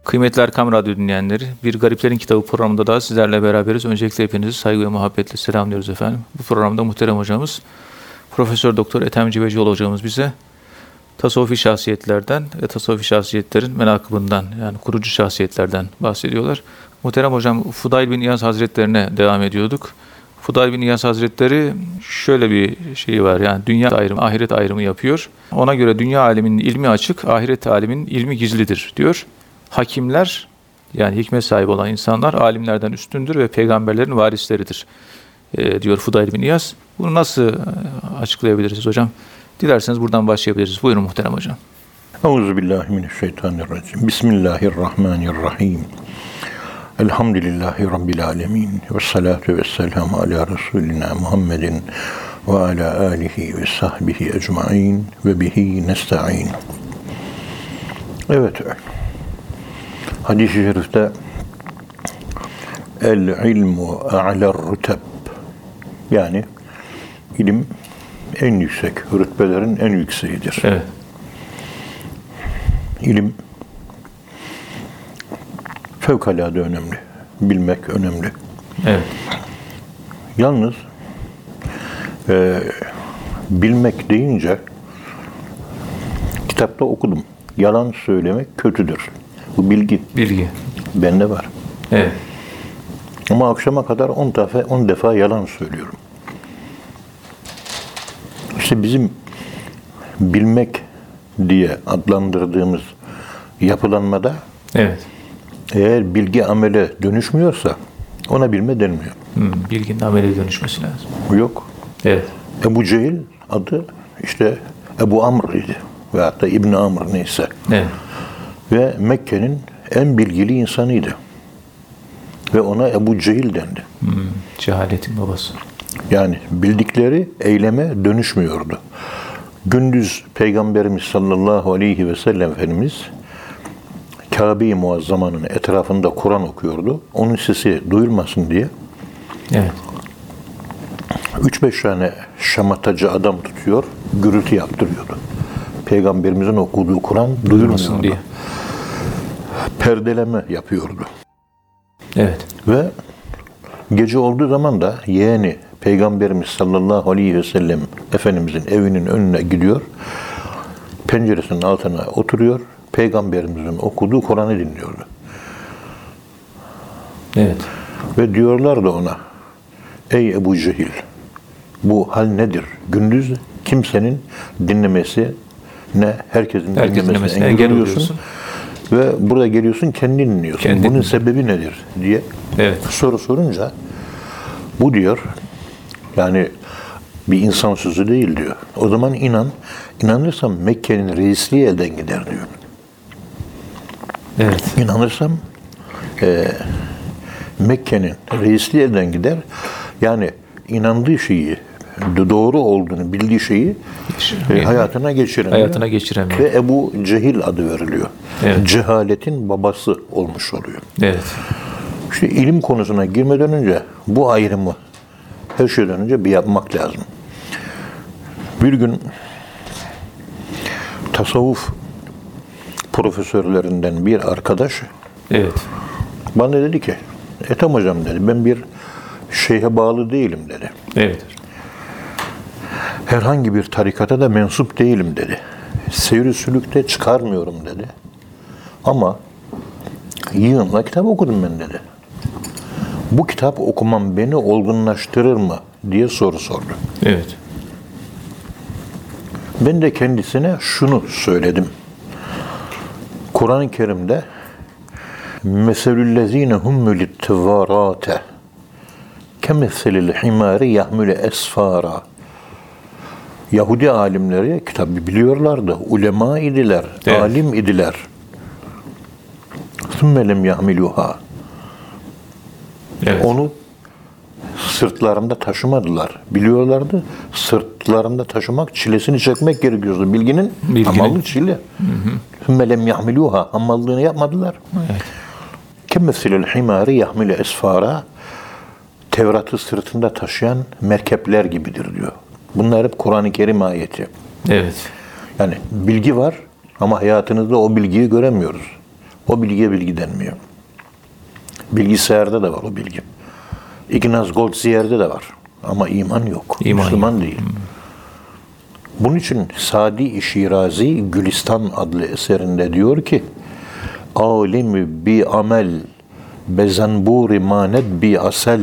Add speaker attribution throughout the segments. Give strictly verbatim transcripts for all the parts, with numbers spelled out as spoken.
Speaker 1: Kıymetli Erkam Radyo dinleyenleri, Bir Gariplerin Kitabı programında da sizlerle beraberiz. Öncelikle hepinizi saygı ve muhabbetle selamlıyoruz efendim. Bu programda muhterem hocamız, Profesör Doktor Ethem Cebecioğlu hocamız bize tasavvufi şahsiyetlerden ve tasavvufi şahsiyetlerin menakıbından, yani kurucu şahsiyetlerden bahsediyorlar. Muhterem hocam, Fudayl bin İyaz Hazretlerine devam ediyorduk. Fudayl bin İyaz Hazretleri şöyle bir şey var, yani dünya ayrımı, ahiret ayrımı yapıyor. Ona göre dünya aleminin ilmi açık, ahiret aleminin ilmi gizlidir diyor. Hakimler, yani hikmet sahibi olan insanlar alimlerden üstündür ve peygamberlerin varisleridir e, diyor Fudayl bin İyaz. Bunu nasıl açıklayabiliriz hocam? Dilerseniz buradan başlayabiliriz. Buyurun muhterem hocam.
Speaker 2: Euzubillahimineşşeytanirracim. Bismillahirrahmanirrahim. Elhamdülillahi Rabbil alemin. Ve salatu ve selamu ala Resulina Muhammedin ve ala alihi ve sahbihi ecma'in ve bihi nesta'in. Evet. Hadis-i şerifte el ilmu a'ler rüteb, yani ilim en yüksek, rütbelerin en yükseğidir.
Speaker 1: Evet.
Speaker 2: İlim fevkalade önemli. Bilmek önemli.
Speaker 1: Evet.
Speaker 2: Yalnız e, bilmek deyince kitapta okudum. Yalan söylemek kötüdür. Bu bilgi.
Speaker 1: Bilgi.
Speaker 2: Bende var.
Speaker 1: Evet.
Speaker 2: Ama akşama kadar on defa, on defa yalan söylüyorum. İşte bizim bilmek diye adlandırdığımız yapılanmada,
Speaker 1: Evet.
Speaker 2: eğer bilgi amele dönüşmüyorsa ona bilme denmiyor.
Speaker 1: Hmm, bilginin amele dönüşmesi lazım.
Speaker 2: Yok.
Speaker 1: Evet.
Speaker 2: Ebu Cehil adı işte Ebu Amr idi. Veyahut da İbn Amr neyse.
Speaker 1: Evet.
Speaker 2: Ve Mekke'nin en bilgili insanıydı. Ve ona Ebu Cehil dendi.
Speaker 1: Hmm, cehaletin babası.
Speaker 2: Yani bildikleri eyleme dönüşmüyordu. Gündüz Peygamberimiz sallallahu aleyhi ve sellem Efendimiz Kabe-i Muazzama'nın etrafında Kur'an okuyordu. Onun sesi duyulmasın diye
Speaker 1: Evet.
Speaker 2: üç beş tane şamatacı adam tutuyor, gürültü yaptırıyordu. Peygamberimizin okuduğu Kur'an duyulmuyordu
Speaker 1: diye.
Speaker 2: Perdeleme yapıyordu.
Speaker 1: Evet.
Speaker 2: Ve gece olduğu zaman da yeğeni Peygamberimiz sallallahu aleyhi ve sellem Efendimizin evinin önüne gidiyor. Penceresinin altına oturuyor. Peygamberimizin okuduğu Kur'an'ı dinliyordu.
Speaker 1: Evet.
Speaker 2: Ve diyorlardı ona, ey Ebu Cehil, bu hal nedir? Gündüz kimsenin dinlemesi ne herkesin
Speaker 1: Herkesin
Speaker 2: dinlemesine
Speaker 1: dinlemesine
Speaker 2: engel
Speaker 1: engel
Speaker 2: oluyorsun.
Speaker 1: oluyorsun.
Speaker 2: Ve burada geliyorsun, kendin dinliyorsun.
Speaker 1: Kendin
Speaker 2: Bunun
Speaker 1: dinliyorsun.
Speaker 2: sebebi nedir diye
Speaker 1: Evet.
Speaker 2: soru sorunca bu diyor, yani bir insan sözü değil diyor. O zaman inan, inanırsam Mekke'nin reisliği elden gider diyor.
Speaker 1: Evet.
Speaker 2: İnanırsam e, Mekke'nin reisliği elden gider. Yani inandığı şeyi, doğru olduğunu bildiği şeyi e, hayatına geçiremiyor.
Speaker 1: Hayatına geçiremiyor.
Speaker 2: Ve Ebu Cehil adı veriliyor.
Speaker 1: Evet.
Speaker 2: Cehaletin babası olmuş oluyor.
Speaker 1: Evet.
Speaker 2: İşte ilim konusuna girmeden önce bu ayrımı her şeyden önce bir yapmak lazım. Bir gün tasavvuf profesörlerinden bir arkadaş
Speaker 1: Evet.
Speaker 2: bana dedi ki, Ethem hocam dedi, ben bir şeyhe bağlı değilim dedi.
Speaker 1: Evet.
Speaker 2: Herhangi bir tarikata da mensup değilim dedi. Seyr-i sülükte çıkarmıyorum dedi. Ama yığınla kitap okudum ben dedi. Bu kitap okumam beni olgunlaştırır mı diye soru sordu.
Speaker 1: Evet.
Speaker 2: Ben de kendisine şunu söyledim. Kur'an-ı Kerim'de meselüllezine hummül ittivarate kemeselil himari yahmülü esfara. Yahudi alimleri kitabı biliyorlardı. Ulema idiler,
Speaker 1: Evet.
Speaker 2: alim idiler. Sümme lem yahmiluha.
Speaker 1: Evet.
Speaker 2: Onu sırtlarında taşımadılar. Biliyorlardı. Sırtlarında taşımak, çilesini çekmek gerekiyordu. Bilginin,
Speaker 1: Bilginin.
Speaker 2: hamallık çile. Sümme lem yahmiluha. Hamallığını yapmadılar.
Speaker 1: Evet.
Speaker 2: Kemesilil himari yahmile esfara. Tevrat'ı sırtında taşıyan merkepler gibidir diyor. Bunlar hep Kur'an-ı Kerim ayeti.
Speaker 1: Evet.
Speaker 2: Yani bilgi var ama hayatınızda o bilgiyi göremiyoruz. O bilgiye bilgi denmiyor. Bilgisayarda da var o bilgi. Ignaz Goldzier'de de var. Ama iman yok.
Speaker 1: İman
Speaker 2: Müslüman
Speaker 1: yok.
Speaker 2: değil. Bunun için Sadi Şirazi Gülistan adlı eserinde diyor ki alim bi amel bezenburi manet bi asel,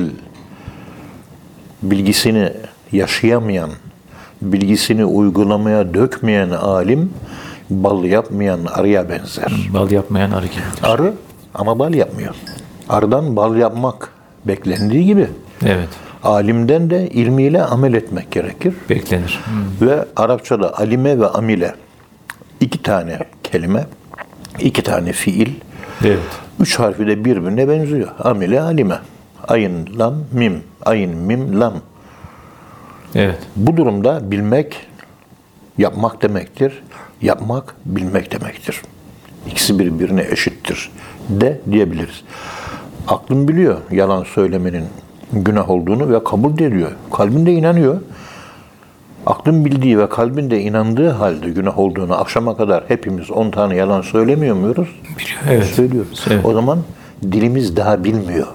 Speaker 2: bilgisini yaşayamayan, bilgisini uygulamaya dökmeyen alim bal yapmayan arıya benzer.
Speaker 1: Bal yapmayan arı gibi.
Speaker 2: Arı ama bal yapmıyor. Arıdan bal yapmak beklendiği gibi
Speaker 1: Evet.
Speaker 2: alimden de ilmiyle amel etmek gerekir.
Speaker 1: Beklenir. Hı.
Speaker 2: Ve Arapçada alime ve amile iki tane kelime, iki tane fiil,
Speaker 1: Evet.
Speaker 2: üç harfi de birbirine benziyor. Amile, alime. Ayın, lam, mim. Ayın, mim, lam.
Speaker 1: Evet.
Speaker 2: Bu durumda bilmek, yapmak demektir. Yapmak, bilmek demektir. İkisi birbirine eşittir de diyebiliriz. Aklım biliyor yalan söylemenin günah olduğunu ve kabul ediyor. Kalbinde inanıyor. Aklın bildiği ve kalbinde inandığı halde günah olduğunu akşama kadar hepimiz on tane yalan söylemiyor muyuz?
Speaker 1: Biliyor. Evet.
Speaker 2: Söylüyoruz.
Speaker 1: Evet.
Speaker 2: O zaman dilimiz daha bilmiyor.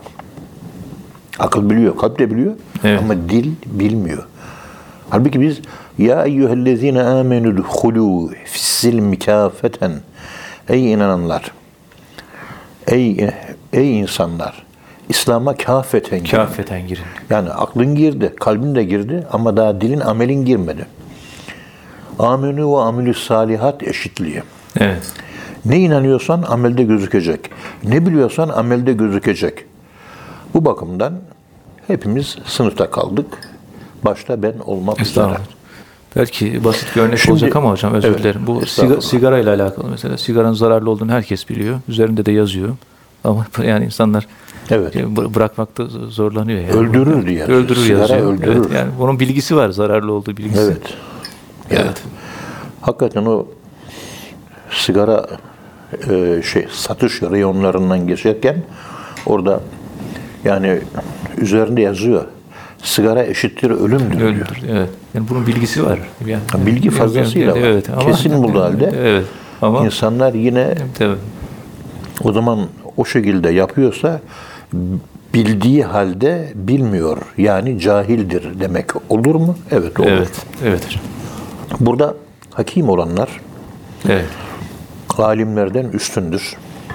Speaker 2: Akıl biliyor, kalp de biliyor
Speaker 1: Evet.
Speaker 2: ama dil bilmiyor. Halbuki biz ya eyyühellezine amenü duhulû fissilmi kâfeten, ey inananlar, ey ey insanlar, İslam'a kâfeten girin.
Speaker 1: Kâfeten girin.
Speaker 2: Yani aklın girdi, kalbin de girdi ama daha dilin, amelin girmedi. Amenü ve amelü salihat eşitliği.
Speaker 1: Evet.
Speaker 2: Ne inanıyorsan amelde gözükecek. Ne biliyorsan amelde gözükecek. Bu bakımdan hepimiz sınıfta kaldık. Başta ben olmak üzere.
Speaker 1: Estağfurullah. Belki basit bir örnek
Speaker 2: Şimdi-
Speaker 1: olacak ama hocam özür
Speaker 2: Evet,
Speaker 1: dilerim. Bu
Speaker 2: estağfurullah.
Speaker 1: siga, sigara ile alakalı mesela. Sigaranın zararlı olduğunu herkes biliyor. Üzerinde de yazıyor. Ama yani insanlar
Speaker 2: Evet.
Speaker 1: bı- bırakmakta zorlanıyor. Yani.
Speaker 2: Öldürür diye.
Speaker 1: Öldürür
Speaker 2: Sigara
Speaker 1: yazıyor.
Speaker 2: öldürür.
Speaker 1: Evet, yani bunun bilgisi var. Zararlı olduğu bilgisi.
Speaker 2: Evet.
Speaker 1: Evet.
Speaker 2: Hakikaten o sigara e, şey satış reyonlarından geçerken orada yani üzerinde yazıyor. Sigara eşittir ölümdür diyor.
Speaker 1: Öldürür. Evet. Yani bunun bilgisi var. Yani,
Speaker 2: Bilgi fazlasıyla var.
Speaker 1: Evet. Ama,
Speaker 2: Kesin bulduğu halde
Speaker 1: Evet. Ama
Speaker 2: insanlar yine
Speaker 1: tabii.
Speaker 2: o zaman o şekilde yapıyorsa bildiği halde bilmiyor. Yani cahildir demek olur mu? Evet olur.
Speaker 1: Evet. Evet hocam.
Speaker 2: Burada hakim olanlar
Speaker 1: Evet.
Speaker 2: alimlerden üstündür.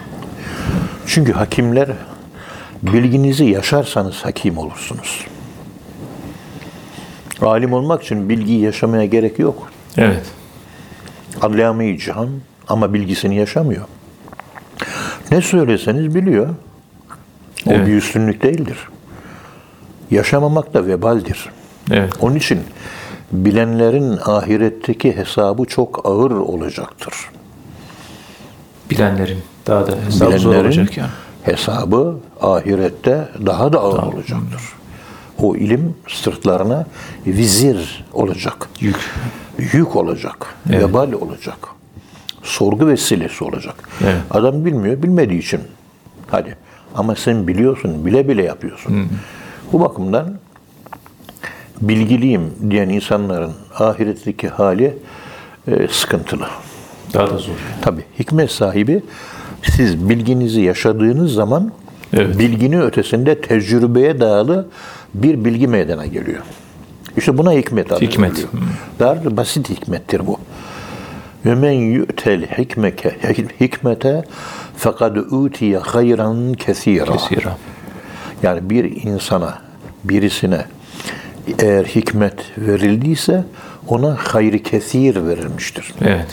Speaker 2: Çünkü hakimler bilginizi yaşarsanız hakim olursunuz. Alim olmak için bilgiyi yaşamaya gerek yok.
Speaker 1: Evet.
Speaker 2: Allame-i cihan ama bilgisini yaşamıyor. Ne söyleseniz biliyor. O
Speaker 1: Evet.
Speaker 2: bir üstünlük değildir. Yaşamamak da vebaldir.
Speaker 1: Evet.
Speaker 2: Onun için bilenlerin ahiretteki hesabı çok ağır olacaktır.
Speaker 1: Bilenlerin daha da hesabı zor
Speaker 2: Bilenlerin
Speaker 1: olacak yani.
Speaker 2: hesabı ahirette daha da ağır olacaktır. O ilim sırtlarına vizir olacak.
Speaker 1: Yük.
Speaker 2: Yük olacak.
Speaker 1: Evet.
Speaker 2: Vebal olacak. Sorgu vesilesi olacak.
Speaker 1: Evet.
Speaker 2: Adam bilmiyor, bilmediği için. Hadi. Ama sen biliyorsun, bile bile yapıyorsun. Bu bakımdan bilgiliyim diyen insanların ahiretteki hali e, sıkıntılı.
Speaker 1: Daha da zor.
Speaker 2: Tabii hikmet sahibi siz bilginizi yaşadığınız zaman
Speaker 1: Evet.
Speaker 2: bilginin ötesinde tecrübeye dayalı bir bilgi meydana geliyor. İşte buna hikmet adı
Speaker 1: Hikmet.
Speaker 2: veriliyor. Daha basit hikmettir bu. Ve men yu'tel hikmeke hikmete fekad utiye hayran kesira.
Speaker 1: Kesira.
Speaker 2: Yani bir insana, birisine eğer hikmet verildiyse ona hayır kesir verilmiştir.
Speaker 1: Evet.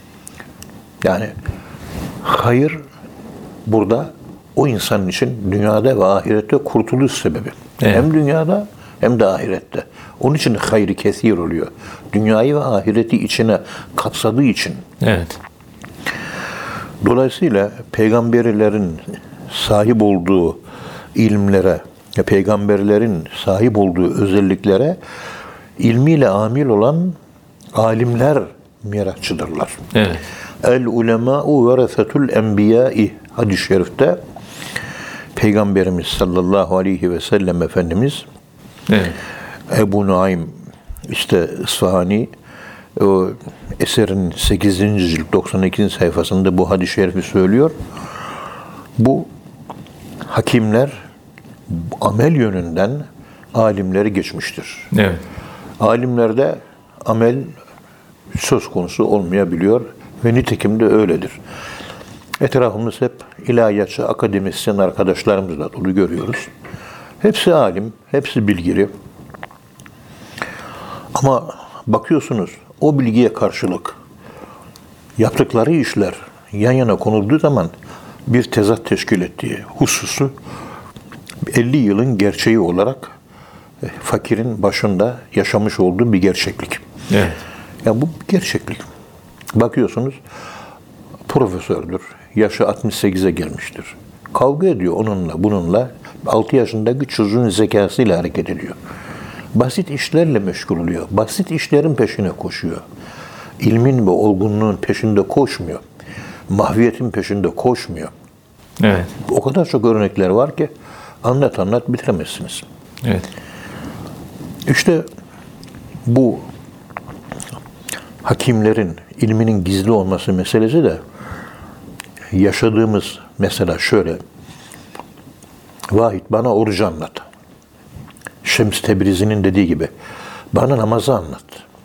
Speaker 2: Yani hayır burada o insanın için dünyada ve ahirette kurtuluş sebebi.
Speaker 1: Evet.
Speaker 2: Hem dünyada hem de ahirette. Onun için hayır kesir oluyor. Dünyayı ve ahireti içine kapsadığı için.
Speaker 1: Evet.
Speaker 2: Dolayısıyla peygamberlerin sahip olduğu ilimlere, peygamberlerin sahip olduğu özelliklere ilmiyle amil olan alimler mirasçıdırlar.
Speaker 1: Evet.
Speaker 2: El ulemâ'u veresetul enbiyâ'i hadis-i şerifte Peygamberimiz sallallahu aleyhi ve sellem Efendimiz
Speaker 1: Evet.
Speaker 2: Ebu Nuaym işte İsfahani o eserin sekizinci cilt doksan ikinci sayfasında bu hadis-i şerifi söylüyor. Bu hakimler amel yönünden alimleri geçmiştir.
Speaker 1: Evet.
Speaker 2: Alimlerde amel söz konusu olmayabiliyor ve nitekim de öyledir. Etrafımız hep ilahiyatçı, akademisyen arkadaşlarımızla dolu görüyoruz. Hepsi alim, hepsi bilgili. Ama bakıyorsunuz o bilgiye karşılık yaptıkları işler yan yana konulduğu zaman bir tezat teşkil ettiği hususu elli yılın gerçeği olarak fakirin başında yaşamış olduğu bir gerçeklik.
Speaker 1: Evet.
Speaker 2: Ya bu gerçeklik. Bakıyorsunuz profesördür. Yaşı altmış sekize gelmiştir. Kavga ediyor onunla, bununla. altı yaşındaki çocuğun zekasıyla hareket ediyor. Basit işlerle meşgul oluyor. Basit işlerin peşine koşuyor. İlmin ve olgunluğun peşinde koşmuyor. Mahviyetin peşinde koşmuyor.
Speaker 1: Evet.
Speaker 2: O kadar çok örnekler var ki anlat anlat bitiremezsiniz.
Speaker 1: Evet.
Speaker 2: İşte bu hakimlerin ilminin gizli olması meselesi de yaşadığımız mesela şöyle. Vahit bana orucu anlat. Şems Tebrizi'nin dediği gibi bana namazı anlat.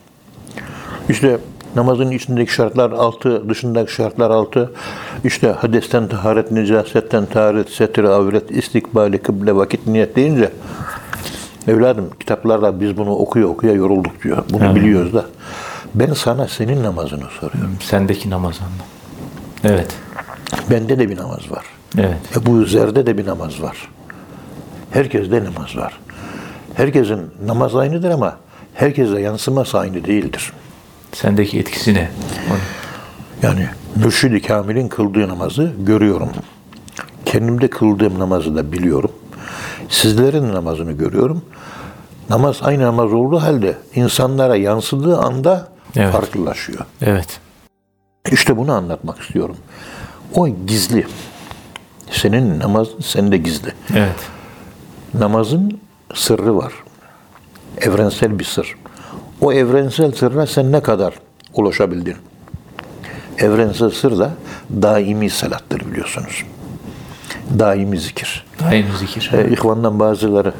Speaker 2: İşte namazın içindeki şartlar altı, dışındaki şartlar altı. İşte hadesten taharet, necasetten taharet, setir, avret, istikbali, kıble, vakit, niyet deyince evladım kitaplarda biz bunu okuya okuya yorulduk diyor. Bunu
Speaker 1: Evet.
Speaker 2: biliyoruz da. Ben sana senin namazını soruyorum.
Speaker 1: Sendeki namaz anlam. Evet.
Speaker 2: Bende de bir namaz var.
Speaker 1: Evet.
Speaker 2: Ebu Zer'de de bir namaz var. Herkeste namaz var. Herkesin namaz aynıdır ama herkese yansıması aynı değildir.
Speaker 1: Sendeki etkisi ne?
Speaker 2: Yani Mürşid-i Kamil'in kıldığı namazı görüyorum. Kendimde kıldığım namazı da biliyorum. Sizlerin namazını görüyorum. Namaz aynı namaz olduğu halde insanlara yansıdığı anda
Speaker 1: Evet.
Speaker 2: farklılaşıyor.
Speaker 1: Evet.
Speaker 2: İşte bunu anlatmak istiyorum. O gizli. Senin namaz sende gizli.
Speaker 1: Evet.
Speaker 2: Namazın sırrı var. Evrensel bir sır. O evrensel sırra sen ne kadar ulaşabildin? Evrensel sır da daimi salattır biliyorsunuz. Daimi zikir.
Speaker 1: Daim zikir.
Speaker 2: E, İhvandan bazıları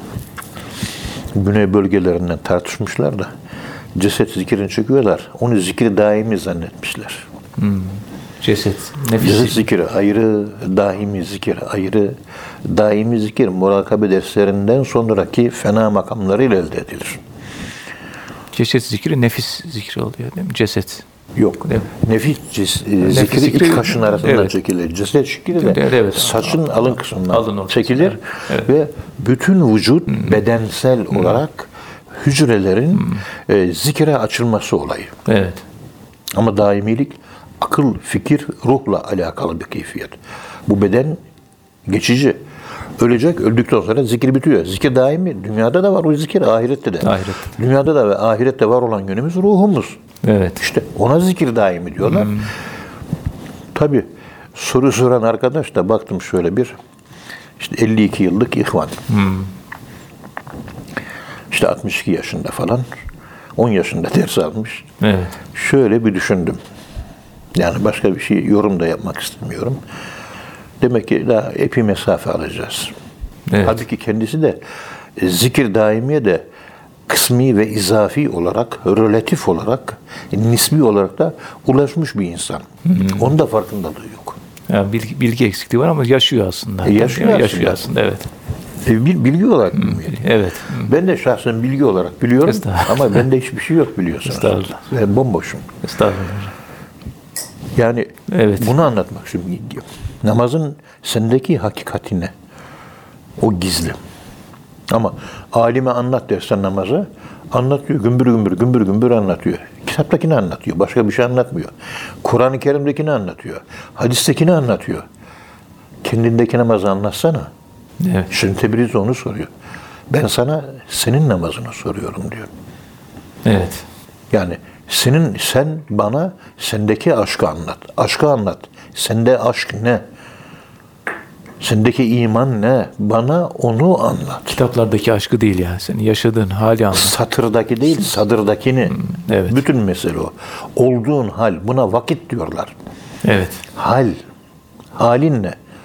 Speaker 2: güney bölgelerinden tartışmışlar da ceset zikirini çekiyorlar. Onu zikri daimi zannetmişler.
Speaker 1: Ceset. Nefis.
Speaker 2: Ceset zikri ayrı, daimi zikir ayrı. Daimi zikir murakabe derslerinden sonraki fena makamlarıyla elde edilir.
Speaker 1: Ceset zikri nefis zikri oluyor değil mi? Ceset.
Speaker 2: Yok.
Speaker 1: Evet.
Speaker 2: Nefis cis- e,
Speaker 1: Nefis
Speaker 2: zikri
Speaker 1: zikri-
Speaker 2: iki kaşın arasından
Speaker 1: evet.
Speaker 2: çekilir. Ceset zikri de
Speaker 1: Evet, evet.
Speaker 2: saçın alın kısmından
Speaker 1: Alın ortasından.
Speaker 2: çekilir
Speaker 1: Evet.
Speaker 2: ve bütün vücut bedensel olarak hücrelerin e, zikre açılması olayı.
Speaker 1: Evet.
Speaker 2: Ama daimilik akıl, fikir, ruhla alakalı bir keyfiyet. Bu beden geçici. Ölecek, öldükten sonra zikir bitiyor. Zikir daimi. Dünyada da var o zikir, ahirette de.
Speaker 1: Ahirette de.
Speaker 2: Dünyada da ve ahirette var olan yönümüz ruhumuz.
Speaker 1: Evet.
Speaker 2: İşte ona zikir daimi diyorlar.
Speaker 1: Hmm.
Speaker 2: Tabii soru soran arkadaş da baktım şöyle bir işte elli iki yıllık ihvan.
Speaker 1: Hmm.
Speaker 2: İşte altmış iki yaşında falan. on yaşında ders almış.
Speaker 1: Evet.
Speaker 2: Şöyle bir düşündüm. Yani başka bir şey yorum da yapmak istemiyorum. Demek ki daha epey mesafe alacağız.
Speaker 1: Evet.
Speaker 2: Halbuki kendisi de e, zikir daimiye de kısmi ve izafi olarak, relatif olarak, nisbi olarak da ulaşmış bir insan. Onun da farkındalığı yok.
Speaker 1: Yani bilgi, bilgi eksikliği var ama yaşıyor aslında.
Speaker 2: E, yaşıyor
Speaker 1: Tabii,
Speaker 2: aslında.
Speaker 1: aslında. Evet.
Speaker 2: E, bil- bilgi olarak bilmiyor.
Speaker 1: Evet.
Speaker 2: Ben de şahsen bilgi olarak biliyorum
Speaker 1: Estağfurullah.
Speaker 2: ama bende hiçbir şey yok biliyorsunuz.
Speaker 1: Estağfurullah.
Speaker 2: Ben bomboşum.
Speaker 1: Estağfurullah.
Speaker 2: Yani
Speaker 1: Evet.
Speaker 2: bunu anlatmak istiyorum. Namazın sendeki hakikatine, o gizli. Ama alime anlat dersen namazı, anlatıyor. Gümbür gümbür, gümbür gümbür anlatıyor. Kitaptakini anlatıyor. Başka bir şey anlatmıyor. Kur'an-ı Kerim'dekini anlatıyor. Hadistekini anlatıyor. Kendindeki namazı anlatsana.
Speaker 1: Evet.
Speaker 2: Şimdi Tebriz onu soruyor. Ben sana senin namazını soruyorum diyor.
Speaker 1: Evet.
Speaker 2: Yani senin sen bana sendeki aşkı anlat. Aşkı anlat. Sende aşk ne? Sendeki iman ne? Bana onu anlat.
Speaker 1: Kitaplardaki aşkı değil ya. Senin yaşadığın hali anlat.
Speaker 2: Satırdaki değil, sadırdakini.
Speaker 1: evet.
Speaker 2: Bütün mesele o. Olduğun hal. Buna vakit diyorlar.
Speaker 1: Evet.
Speaker 2: Hal. Halin ne?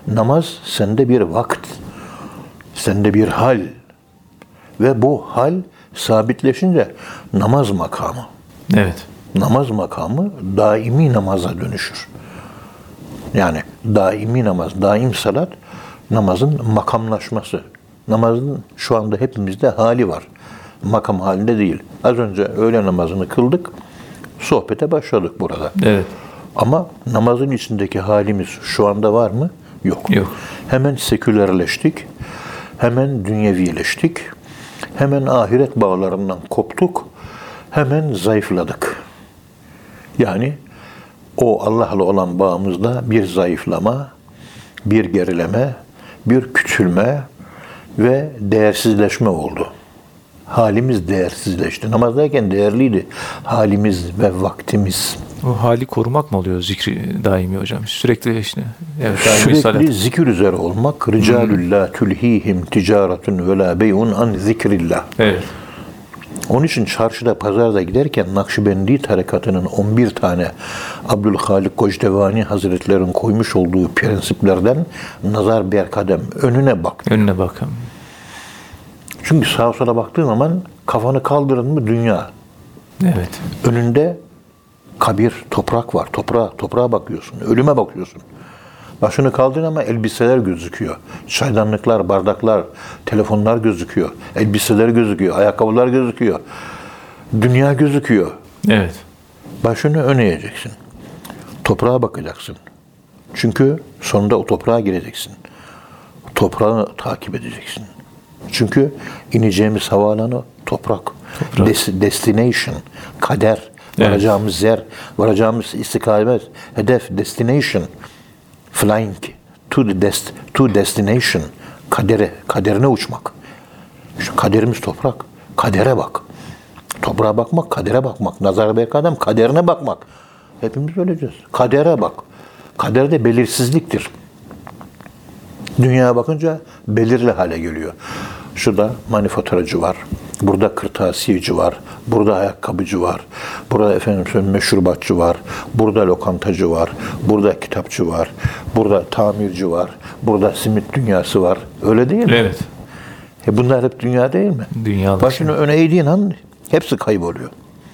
Speaker 2: Namaz sende bir vakt, sende bir hal ve bu hal sabitleşince namaz makamı.
Speaker 1: Evet.
Speaker 2: Namaz makamı daimi namaza dönüşür. Yani daimi namaz, daim salat namazın makamlaşması. Namazın şu anda hepimizde hali var. Makam halinde değil. Az önce öğle namazını kıldık. Sohbete başladık burada.
Speaker 1: Evet.
Speaker 2: Ama namazın içindeki halimiz şu anda var mı? Yok.
Speaker 1: Yok.
Speaker 2: Hemen sekülerleştik. Hemen dünyevileştik. Hemen ahiret bağlarından koptuk. Hemen zayıfladık. Yani o Allah'la olan bağımızda bir zayıflama, bir gerileme, bir küçülme ve değersizleşme oldu. Halimiz değersizleşti. Namazdayken değerliydi halimiz ve vaktimiz.
Speaker 1: O hali korumak mı oluyor zikri daimi hocam? Sürekli işte. Evet, daimi salat.
Speaker 2: Sürekli zikir üzere olmak. Ricalul la tulhihim ticaretun ve la bey'un an zikrillah.
Speaker 1: Evet.
Speaker 2: Onun için çarşıda, pazarda giderken Nakşibendi tarikatının on bir tane Abdülhalik Kocdevani Hazretleri'nin koymuş olduğu prensiplerden nazar berkadem, önüne bak.
Speaker 1: Önüne bakın.
Speaker 2: Çünkü sağa sola baktığın zaman kafanı kaldırın mı dünya.
Speaker 1: Evet.
Speaker 2: Önünde kabir, toprak var. Toprağa, toprağa bakıyorsun. Ölüme bakıyorsun. Başını kaldırın ama elbiseler gözüküyor. Çaydanlıklar, bardaklar, telefonlar gözüküyor. Elbiseler gözüküyor. Ayakkabılar gözüküyor. Dünya gözüküyor.
Speaker 1: Evet.
Speaker 2: Başını öne eğeceksin. Toprağa bakacaksın. Çünkü sonunda o toprağa gireceksin. Toprağı takip edeceksin. Çünkü ineceğimiz havaalanı toprak.
Speaker 1: Toprak.
Speaker 2: Des- destination, kader,
Speaker 1: Evet.
Speaker 2: varacağımız yer, varacağımız istikamet, hedef, destination, flying to the dest to destination, kadere, kaderine uçmak. Şu kaderimiz toprak. Kadere bak. Toprağa bakmak, kadere bakmak. Nazar bekadem, kaderine bakmak. Hepimiz öleceğiz. Kadere bak. Kader de belirsizliktir. Dünyaya bakınca belirli hale geliyor. Şurada manifaturacı var. Burada kırtasiyeci var. Burada ayakkabıcı var. Burada efendim söyleyeyim meşrubatçı var. Burada lokantacı var. Burada kitapçı var. Burada tamirci var. Burada simit dünyası var. Öyle değil mi?
Speaker 1: Evet.
Speaker 2: E bunlar hep dünya değil mi?
Speaker 1: Dünyalık.
Speaker 2: Başını öne eğdiğin an hepsi kayboluyor.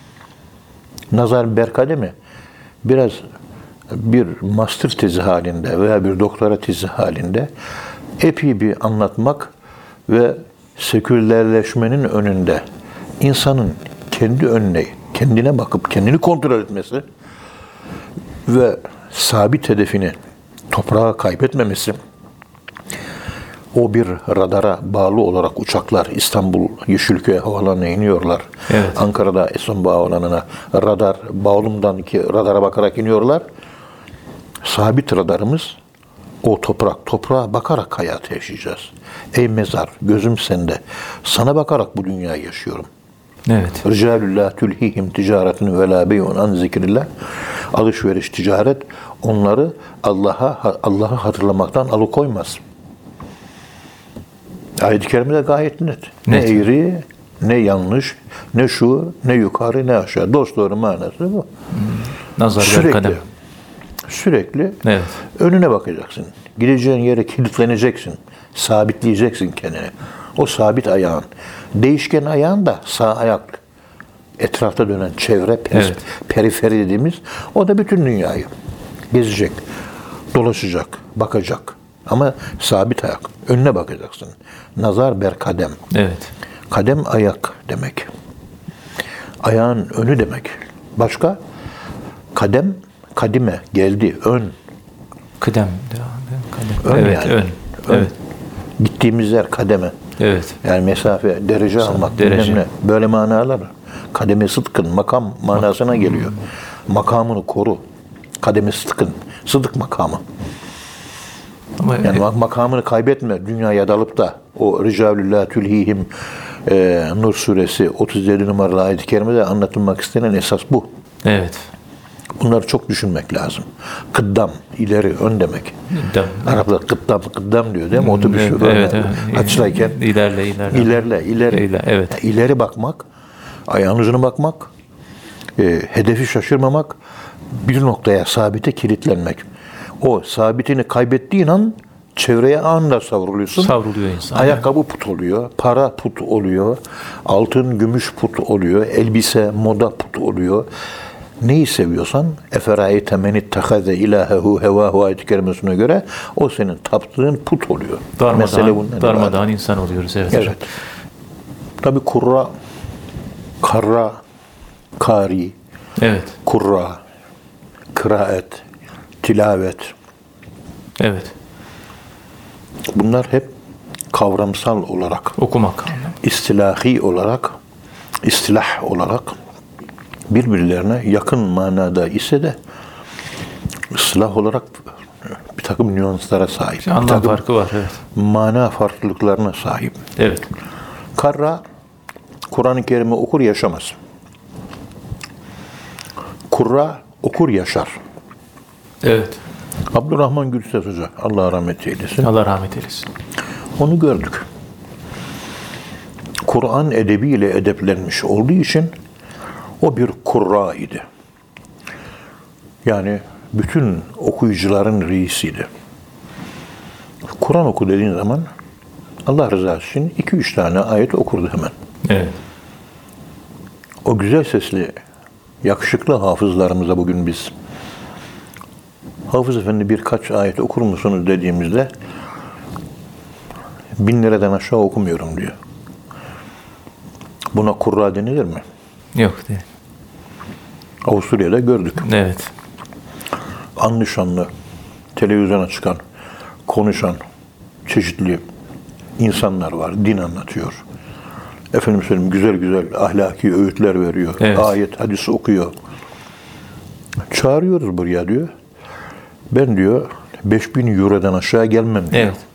Speaker 2: Nazar berkademi biraz bir master tezi halinde veya bir doktora tezi halinde epey bir anlatmak ve sekülerleşmenin önünde insanın kendi önüne, kendine bakıp kendini kontrol etmesi ve sabit hedefini toprağa kaybetmemesi, o bir radara bağlı olarak uçaklar İstanbul Yeşilköy Havaalanı'na iniyorlar.
Speaker 1: Evet.
Speaker 2: Ankara'da Esenboğa Havaalanı'na radar, Bağlum'dan ki radara bakarak iniyorlar. Sabit radarımız o toprak. Toprağa bakarak hayatı yaşayacağız. Ey mezar, gözüm sende. Sana bakarak bu dünyayı yaşıyorum.
Speaker 1: Evet.
Speaker 2: Ricalul la tulhihim ticaretun ve la bey'un an zikrillah. Alışveriş, ticaret onları Allah'a Allah'ı hatırlamaktan alıkoymaz. Ayet-i Kerime'de gayet net. Ne
Speaker 1: Net.
Speaker 2: eğri, ne yanlış, ne şu, ne yukarı, ne aşağı. Dosdoğru manası bu.
Speaker 1: Nazar
Speaker 2: Sürekli,
Speaker 1: berkadem.
Speaker 2: sürekli
Speaker 1: Evet.
Speaker 2: önüne bakacaksın. Gideceğin yere kilitleneceksin. Sabitleyeceksin kendini. O sabit ayağın. Değişken ayağın da sağ ayak. Etrafta dönen çevre, pers-
Speaker 1: Evet.
Speaker 2: periferi dediğimiz, o da bütün dünyayı gezecek, dolaşacak, bakacak. Ama sabit ayak. Önüne bakacaksın. Nazar ber kadem.
Speaker 1: Evet.
Speaker 2: Kadem ayak demek. Ayağın önü demek. Başka? Kadem, kadime, geldi, ön.
Speaker 1: Kıdem. Kadem.
Speaker 2: Ön
Speaker 1: Evet.
Speaker 2: yani.
Speaker 1: Ön.
Speaker 2: Ön.
Speaker 1: Evet.
Speaker 2: Gittiğimiz yer kademe.
Speaker 1: Evet.
Speaker 2: Yani mesafe, derece almak,
Speaker 1: derece.
Speaker 2: bilmem ne. Böyle manalar. Kademe sıdkın, makam manasına geliyor. Makamını koru. Kademe sıdkın, sıdık makamı.
Speaker 1: Ama
Speaker 2: Yani mak- makamını kaybetme. Dünyaya dalıp da o Ricalul la tulhihim e, Nur suresi otuz yedi numaralı ayet-i kerimede anlatılmak istenen esas bu.
Speaker 1: evet.
Speaker 2: Bunları çok düşünmek lazım. Kıddam, ileri, ön demek.
Speaker 1: Dem.
Speaker 2: Araplar kıddam, kıddam diyor değil mi? Otobüs
Speaker 1: Evet,
Speaker 2: öne
Speaker 1: evet, evet.
Speaker 2: açılayken
Speaker 1: İlerle, ilerle.
Speaker 2: ilerle, ileri.
Speaker 1: İler- evet.
Speaker 2: Yani ileri bakmak, ayağın ucuna bakmak, e, hedefi şaşırmamak, bir noktaya sabite kilitlenmek. O sabitini kaybettiğin an Çevreye anında savruluyorsun.
Speaker 1: Savruluyor insan.
Speaker 2: Ayakkabı put oluyor, para put oluyor, altın, gümüş put oluyor, elbise, moda put oluyor. Neyi seviyorsan, eferayte men ittahaze ilahehu hevahu ayet-i kerimesine göre o senin taptığın put oluyor. Mesele bundan
Speaker 1: Darmadağın, darmadağın insan oluyoruz. Evet.
Speaker 2: Evet. Tabi kurra, karra, kari,
Speaker 1: Evet.
Speaker 2: kurra, kıraat, tilavet.
Speaker 1: Evet.
Speaker 2: Bunlar hep kavramsal olarak,
Speaker 1: Okumak.
Speaker 2: istilahi olarak, istilah olarak birbirlerine yakın manada ise de ıslah olarak bir takım nüanslara sahip. Bir
Speaker 1: Anlam
Speaker 2: takım
Speaker 1: farkı var. Evet.
Speaker 2: mana farklılıklarına sahip.
Speaker 1: Evet.
Speaker 2: Karra, Kur'an-ı Kerim'i okur yaşamaz. Kurra, okur yaşar.
Speaker 1: Evet.
Speaker 2: Abdurrahman Gürses Hoca, Allah rahmet eylesin.
Speaker 1: Allah rahmet eylesin.
Speaker 2: Onu gördük. Kur'an edebiyle edeplenmiş olduğu için o bir kurra idi. Yani bütün okuyucuların reisiydi. Kur'an oku dediğin zaman Allah rızası için iki üç tane ayet okurdu hemen.
Speaker 1: Evet.
Speaker 2: O güzel sesli, yakışıklı hafızlarımıza bugün biz Hafız Efendi birkaç ayet okur musunuz dediğimizde bin liradan aşağı okumuyorum diyor. Buna kurra denilir mi?
Speaker 1: Yok değil.
Speaker 2: Avusturya'da gördük.
Speaker 1: Evet.
Speaker 2: Anlı şanlı, televizyona çıkan, konuşan çeşitli insanlar var. Din anlatıyor. Efendim söyleyeyim güzel güzel ahlaki öğütler veriyor.
Speaker 1: Evet.
Speaker 2: Ayet, hadis okuyor. Çağırıyoruz buraya diyor. Ben diyor beş bin eurodan aşağı gelmem diyor.
Speaker 1: Evet.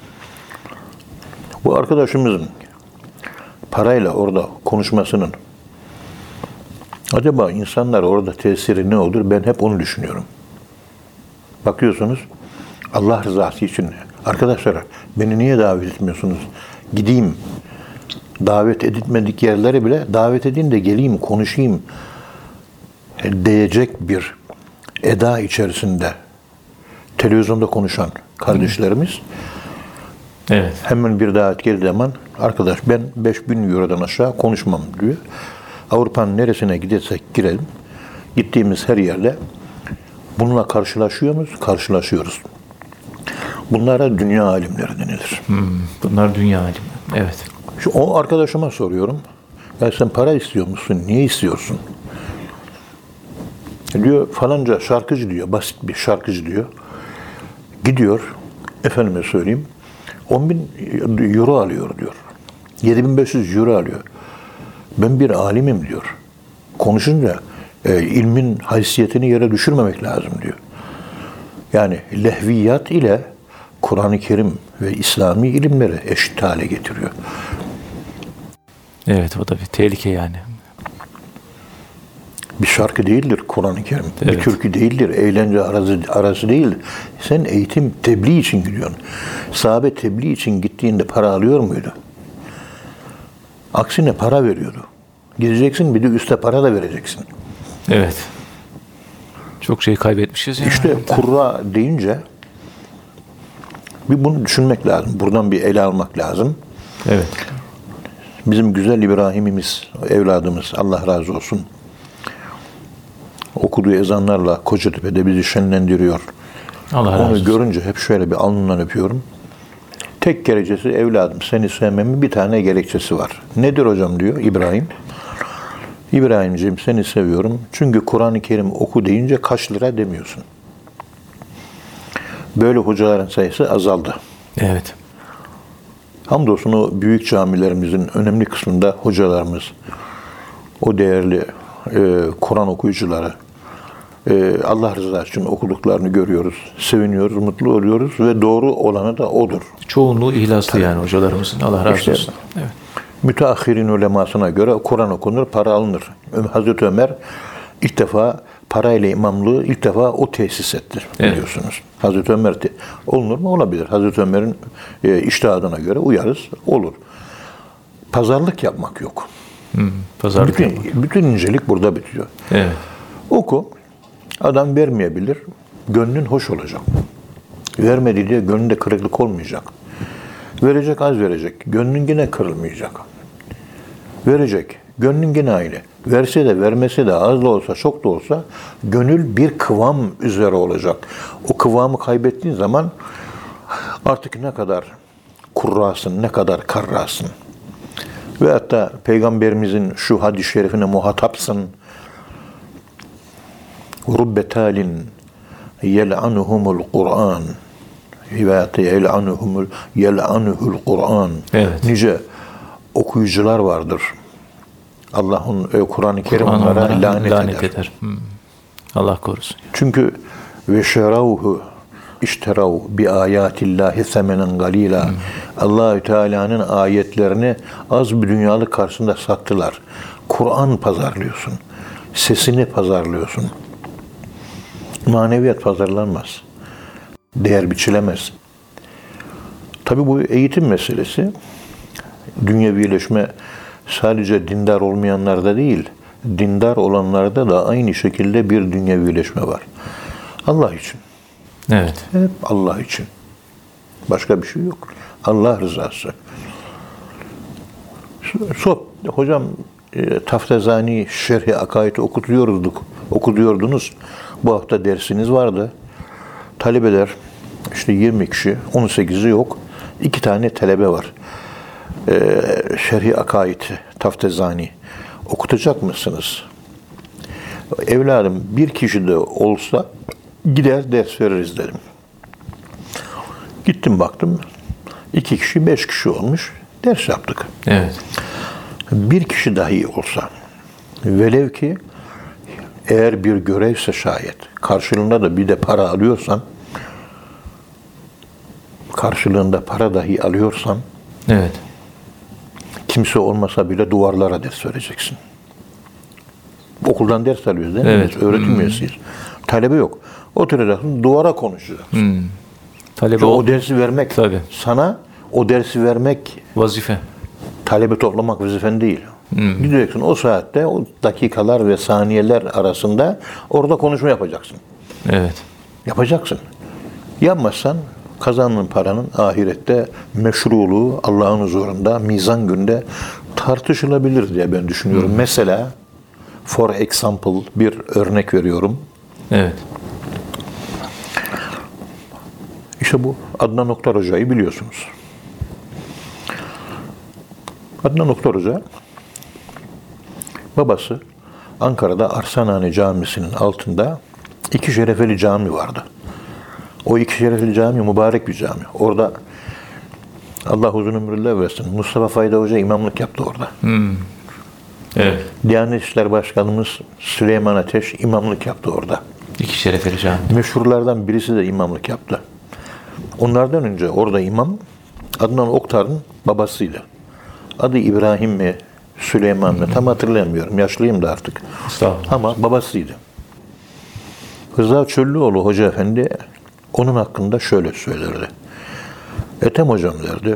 Speaker 2: Bu arkadaşımızın parayla orada konuşmasının acaba insanlar orada tesiri ne olur? Ben hep onu düşünüyorum. Bakıyorsunuz Allah rızası için arkadaşlar beni niye davet etmiyorsunuz? Gideyim. Davet edilmedik yerlere bile davet edin de geleyim, konuşayım diyecek bir eda içerisinde televizyonda konuşan kardeşlerimiz
Speaker 1: Evet.
Speaker 2: hemen bir davet geldiği zaman arkadaş ben beş bin eurodan aşağı konuşmam diyor. Avrupa'nın neresine gidersek girelim. Gittiğimiz her yerde bununla karşılaşıyor muyuz? Karşılaşıyoruz. Bunlara dünya alimleri denilir.
Speaker 1: Hmm, bunlar dünya alimi. Evet.
Speaker 2: Şu, o arkadaşıma soruyorum. Ya sen para istiyor musun? Niye istiyorsun? Diyor falanca şarkıcı diyor. Basit bir şarkıcı diyor. Gidiyor. Efendime söyleyeyim. on bin euro alıyor diyor. yedi bin beş yüz euro alıyor. Ben bir alimim diyor. Konuşunca e, ilmin haysiyetini yere düşürmemek lazım diyor. Yani lehviyat ile Kur'an-ı Kerim ve İslami ilimleri eşit hale getiriyor.
Speaker 1: Evet, o da bir tehlike yani.
Speaker 2: Bir şarkı değildir Kur'an-ı Kerim.
Speaker 1: Evet.
Speaker 2: Bir türkü değildir. Eğlence arası, arası değil. Sen eğitim, tebliğ için gidiyorsun. Sahabe tebliğ için gittiğinde para alıyor muydu? Aksine para veriyordu. Gideceksin bir de üste para da vereceksin.
Speaker 1: Evet. Çok şey kaybetmişiz ya.
Speaker 2: İşte kurra deyince bir bunu düşünmek lazım. Buradan bir ele almak lazım.
Speaker 1: Evet.
Speaker 2: Bizim güzel İbrahim'imiz, evladımız Allah razı olsun. Okuduğu ezanlarla Kocatepe'de bizi şenlendiriyor.
Speaker 1: Allah razı
Speaker 2: Onu
Speaker 1: olsun.
Speaker 2: görünce hep şöyle bir alnından öpüyorum. Tek gerekçesi evladım seni sevmemin bir tane gerekçesi var. Nedir hocam diyor İbrahim. İbrahimciğim seni seviyorum. Çünkü Kur'an-ı Kerim oku deyince kaç lira demiyorsun. Böyle hocaların sayısı azaldı.
Speaker 1: Evet.
Speaker 2: Hamdolsun o büyük camilerimizin önemli kısmında hocalarımız, o değerli e, Kur'an okuyucuları, e, Allah rızası için okuduklarını görüyoruz, seviniyoruz, mutlu oluyoruz ve doğru olanı da odur.
Speaker 1: Çoğunluğu ihlaslı yani hocalarımızın. Allah razı
Speaker 2: İşte,
Speaker 1: olsun. Evet.
Speaker 2: Müteahhirin ulemasına göre Kur'an okunur, para alınır. Hazreti Ömer ilk defa parayla imamlığı ilk defa o tesis etti biliyorsunuz. Evet. Hazreti Ömer de, olunur mu? Olabilir. Hazreti Ömer'in e, içtihadına göre uyarız, olur. Pazarlık yapmak yok.
Speaker 1: Hmm, pazarlık
Speaker 2: bütün,
Speaker 1: yapmak.
Speaker 2: bütün incelik burada bitiyor.
Speaker 1: Evet.
Speaker 2: Oku, adam vermeyebilir, gönlün hoş olacak. Vermedi diye gönlünde kırıklık olmayacak. Verecek, az verecek. Gönlün yine kırılmayacak. Verecek. Gönlün yine aynı. Verse de vermese de az da olsa çok da olsa gönül bir kıvam üzere olacak. O kıvamı kaybettiğin zaman artık ne kadar kurrasın, ne kadar karrasın. Ve hatta Peygamberimizin şu hadis-i şerifine muhatapsın. Rubbe talin yel'anuhumul Kur'an. Rivayette yel'anuhumul yel'anuhul Kur'an.
Speaker 1: Evet.
Speaker 2: Nice okuyucular vardır. Allah onun Kur'an-ı Kerim
Speaker 1: Kur'an
Speaker 2: onlara
Speaker 1: onlara
Speaker 2: lanet,
Speaker 1: lanet
Speaker 2: eder.
Speaker 1: eder. Hmm. Allah korusun.
Speaker 2: Çünkü ve şeravhu işterav bi ayatillahi semenen galila. Allahü Teala'nın ayetlerini az bir dünyalık karşısında sattılar. Kur'an pazarlıyorsun. Sesini pazarlıyorsun. Maneviyat pazarlanmaz. Değer biçilemez. Tabii bu eğitim meselesi. Dünyevileşme sadece dindar olmayanlarda değil, dindar olanlarda da aynı şekilde bir dünyevileşme var. Allah için.
Speaker 1: Evet.
Speaker 2: Hep Allah için. Başka bir şey yok. Allah rızası. Sop, hocam e, Taftazani Şerh-i Akaid'i okutuyorduk, okutuyordunuz. Bu hafta dersiniz vardı. Talebeler işte yirmi kişi, on sekizi yok. İki tane talebe var. E, Şerh-i Akaid Taftazani okutacak mısınız? Evladım bir kişi de olsa gider ders veririz dedim. Gittim baktım. İki kişi, beş kişi olmuş. Ders yaptık.
Speaker 1: Evet.
Speaker 2: Bir kişi dahi olsa velev ki eğer bir görevse şayet karşılığında da bir de para alıyorsan karşılığında para dahi alıyorsan
Speaker 1: Evet.
Speaker 2: kimse olmasa bile duvarlara ders vereceksin. Okuldan ders alıyoruz değil mi?
Speaker 1: Evet.
Speaker 2: Biz öğretim
Speaker 1: Hmm.
Speaker 2: üyesiyiz. Talebe yok. Oturacaksın, duvara konuşacaksın.
Speaker 1: Hmm. Talebe
Speaker 2: Çünkü
Speaker 1: o,
Speaker 2: o dersi vermek
Speaker 1: tabii.
Speaker 2: sana o dersi vermek
Speaker 1: Vazife.
Speaker 2: talebe toplamak vazifen değil.
Speaker 1: Hmm.
Speaker 2: Gideceksin o saatte o dakikalar ve saniyeler arasında orada konuşma yapacaksın.
Speaker 1: Evet.
Speaker 2: Yapacaksın. Yapmazsan kazandığın paranın ahirette meşruluğu Allah'ın huzurunda mizan günde tartışılabilir diye ben düşünüyorum.
Speaker 1: Hmm.
Speaker 2: Mesela for example bir örnek veriyorum.
Speaker 1: Evet.
Speaker 2: İşte bu Adnan Oktar Hoca'yı biliyorsunuz. Adnan Oktar Hoca babası Ankara'da Arsanhane Camisi'nin altında iki şerefeli cami vardı. O iki şerefeli cami mübarek bir cami. Orada Allah uzun ömürler versin. Mustafa Fayda Hoca imamlık yaptı orada.
Speaker 1: Hmm. Evet.
Speaker 2: Diyanet İşleri Başkanımız Süleyman Ateş imamlık yaptı orada.
Speaker 1: İki şerefeli cami.
Speaker 2: Meşhurlardan birisi de imamlık yaptı. Onlardan önce orada imam Adnan Oktar'ın babasıydı. Adı İbrahim mi, Süleyman mı tam hatırlayamıyorum. Yaşlıyım da artık.
Speaker 1: Estağfurullah.
Speaker 2: Ama babasıydı. Rıza Çöllüoğlu Hoca Efendi onun hakkında şöyle söylerdi. Ethem Hocam derdi,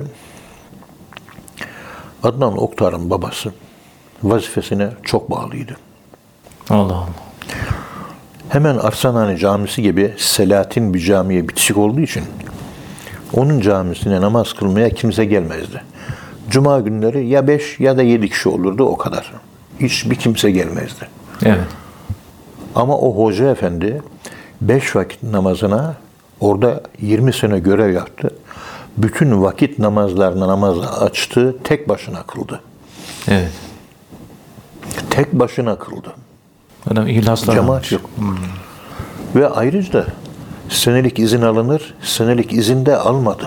Speaker 2: Adnan Oktar'ın babası vazifesine çok bağlıydı.
Speaker 1: Allah Allah.
Speaker 2: Hemen Arsanhane Camisi gibi Selahattin bir camiye bitişik olduğu için onun camisine namaz kılmaya kimse gelmezdi. Cuma günleri ya beş ya da yedi kişi olurdu o kadar. Hiçbir kimse gelmezdi.
Speaker 1: Evet.
Speaker 2: Ama o hoca efendi beş vakit namazına orada yirmi sene görev yaptı. Bütün vakit namazlarına namazı açtı, tek başına kıldı.
Speaker 1: Evet.
Speaker 2: Tek başına kıldı.
Speaker 1: Adam ihlasla
Speaker 2: Cemaat
Speaker 1: almış.
Speaker 2: yok. Ve ayrıca da senelik izin alınır, senelik izin de almadı.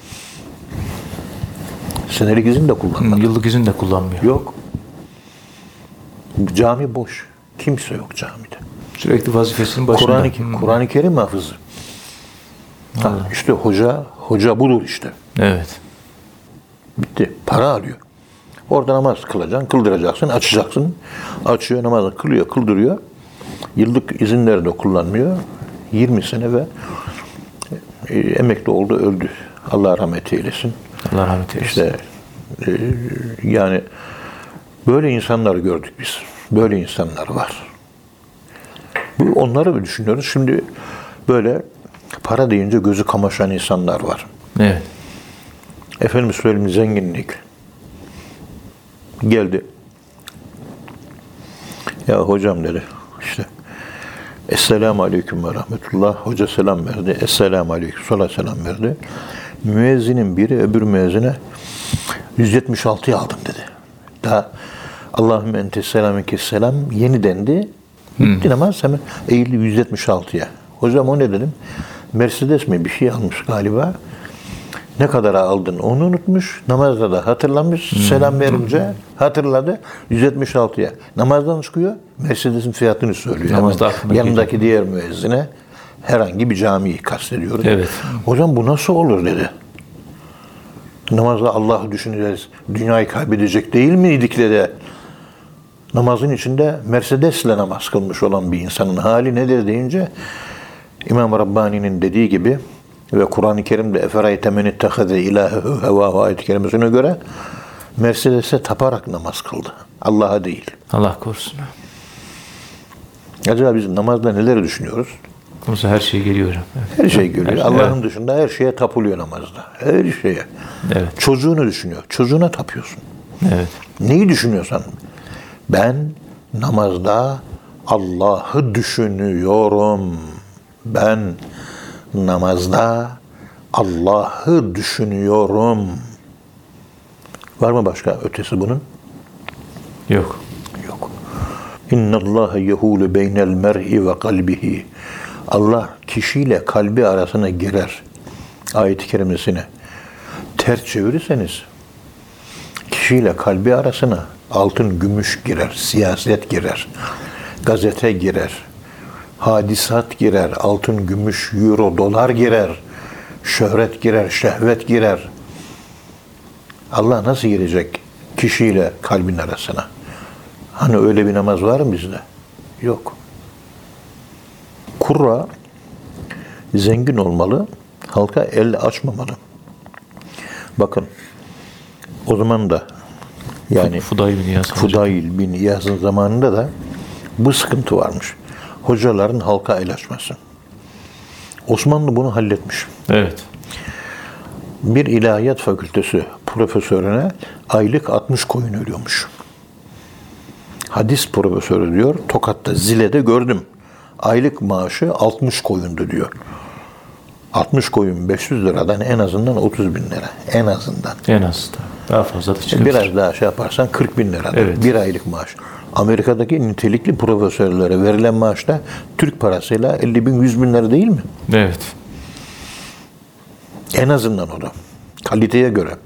Speaker 2: Senelik izin de kullanmadı.
Speaker 1: Hmm, Yıllık izin de kullanmıyor.
Speaker 2: Yok. Cami boş. Kimse yok camide.
Speaker 1: Sürekli vazifesinin başında.
Speaker 2: Kur'an-ı
Speaker 1: Hmm.
Speaker 2: Kur'an-ı Kerim hafızı. Ha, işte hoca, hoca budur işte.
Speaker 1: Evet.
Speaker 2: Bitti. Para alıyor. Orada namaz kılacaksın, kıldıracaksın, açacaksın. Açıyor, namazı kılıyor, kıldırıyor. Yıllık izinleri de kullanmıyor. yirmi sene ve e, emekli oldu, öldü. Allah rahmet eylesin.
Speaker 1: Allah rahmet eylesin.
Speaker 2: İşte e, yani böyle insanları gördük biz. Böyle insanlar var. Bu onları mı düşünüyoruz? Şimdi böyle para deyince gözü kamaşan insanlar var.
Speaker 1: Evet.
Speaker 2: Efendimiz söyleyeyim, zenginlik. Geldi. Ya hocam dedi, işte Esselamu Aleyküm ve Rahmetullah. Hoca selam verdi. Esselamu Aleyküm. Sola selam verdi. Müezzinin biri öbür müezzine yüz yetmiş altıyı aldım dedi. Daha Allahümme entes selamike selam yeni dendi. Bitti namaz, hemen eğildi yüz yetmiş altıya. Hocam o ne dedim? Mercedes mi bir şey almış galiba. Ne kadara aldın onu unutmuş. Namazda da hatırlamış. Hmm. Selam verince hatırladı. yüz yetmiş altıya. Namazdan çıkıyor. Mercedes'in fiyatını söylüyor.
Speaker 1: Namazda
Speaker 2: yani yanındaki diğer müezzine, herhangi bir camiyi kastediyoruz.
Speaker 1: Evet.
Speaker 2: Hocam bu nasıl olur dedi. Namazda Allah'ı düşüneceğiz. Dünyayı kaybedecek değil miydik dedi. Namazın içinde Mercedes'le namaz kılmış olan bir insanın hali nedir deyince İmam Rabbani'nin dediği gibi ve Kur'an-ı Kerim'de eferayte men ittehâze ilâhehu hevâhu ayet-i kerimesine göre Mercedes'e taparak namaz kıldı. Allah'a değil.
Speaker 1: Allah korusun.
Speaker 2: Acaba biz namazda neler düşünüyoruz?
Speaker 1: Oysa her şey geliyor. Evet.
Speaker 2: Her şey geliyor.
Speaker 1: Her şey,
Speaker 2: Allah'ın
Speaker 1: evet.
Speaker 2: dışında her şeye tapılıyor namazda. Her şeye.
Speaker 1: Evet.
Speaker 2: Çocuğunu düşünüyor. Çocuğuna tapıyorsun.
Speaker 1: Evet.
Speaker 2: Neyi düşünüyorsan? Ben namazda Allah'ı düşünüyorum. Ben namazda Allah'ı düşünüyorum. Var mı başka ötesi bunun?
Speaker 1: Yok.
Speaker 2: Yok. İnna Allaha yehulu beynel mer'i ve kalbihi. Allah kişiyle kalbi arasına girer. Ayet-i kerimesine. Ters çevirirseniz kişiyle kalbi arasına altın, gümüş girer, siyaset girer, gazete girer, hadisat girer, altın, gümüş, euro, dolar girer, şöhret girer, şehvet girer. Allah nasıl girecek kişiyle kalbin arasına? Hani öyle bir namaz var mı bizde? Yok. Kurra zengin olmalı, halka el açmamalı. Bakın, o zaman da yani
Speaker 1: Fudayl bin İyaz.
Speaker 2: Fudayl bin İyaz'ın zamanında da bu sıkıntı varmış. Hocaların halka el açması. Osmanlı bunu halletmiş.
Speaker 1: Evet.
Speaker 2: Bir ilahiyat fakültesi profesörüne aylık altmış koyun ölüyormuş. Hadis profesörü diyor, Tokat'ta Zile'de gördüm. Aylık maaşı altmış koyundu diyor. altmış koyun beş yüz liradan en azından otuz bin lira. En azından.
Speaker 1: En az da. Daha fazla da çıkabilir.
Speaker 2: Biraz daha şey yaparsan kırk bin lira.
Speaker 1: Evet.
Speaker 2: Bir aylık maaş. Amerika'daki nitelikli profesörlere verilen maaş da Türk parasıyla elli bin yüz bin lira değil mi?
Speaker 1: Evet.
Speaker 2: En azından o da. Kaliteye göre.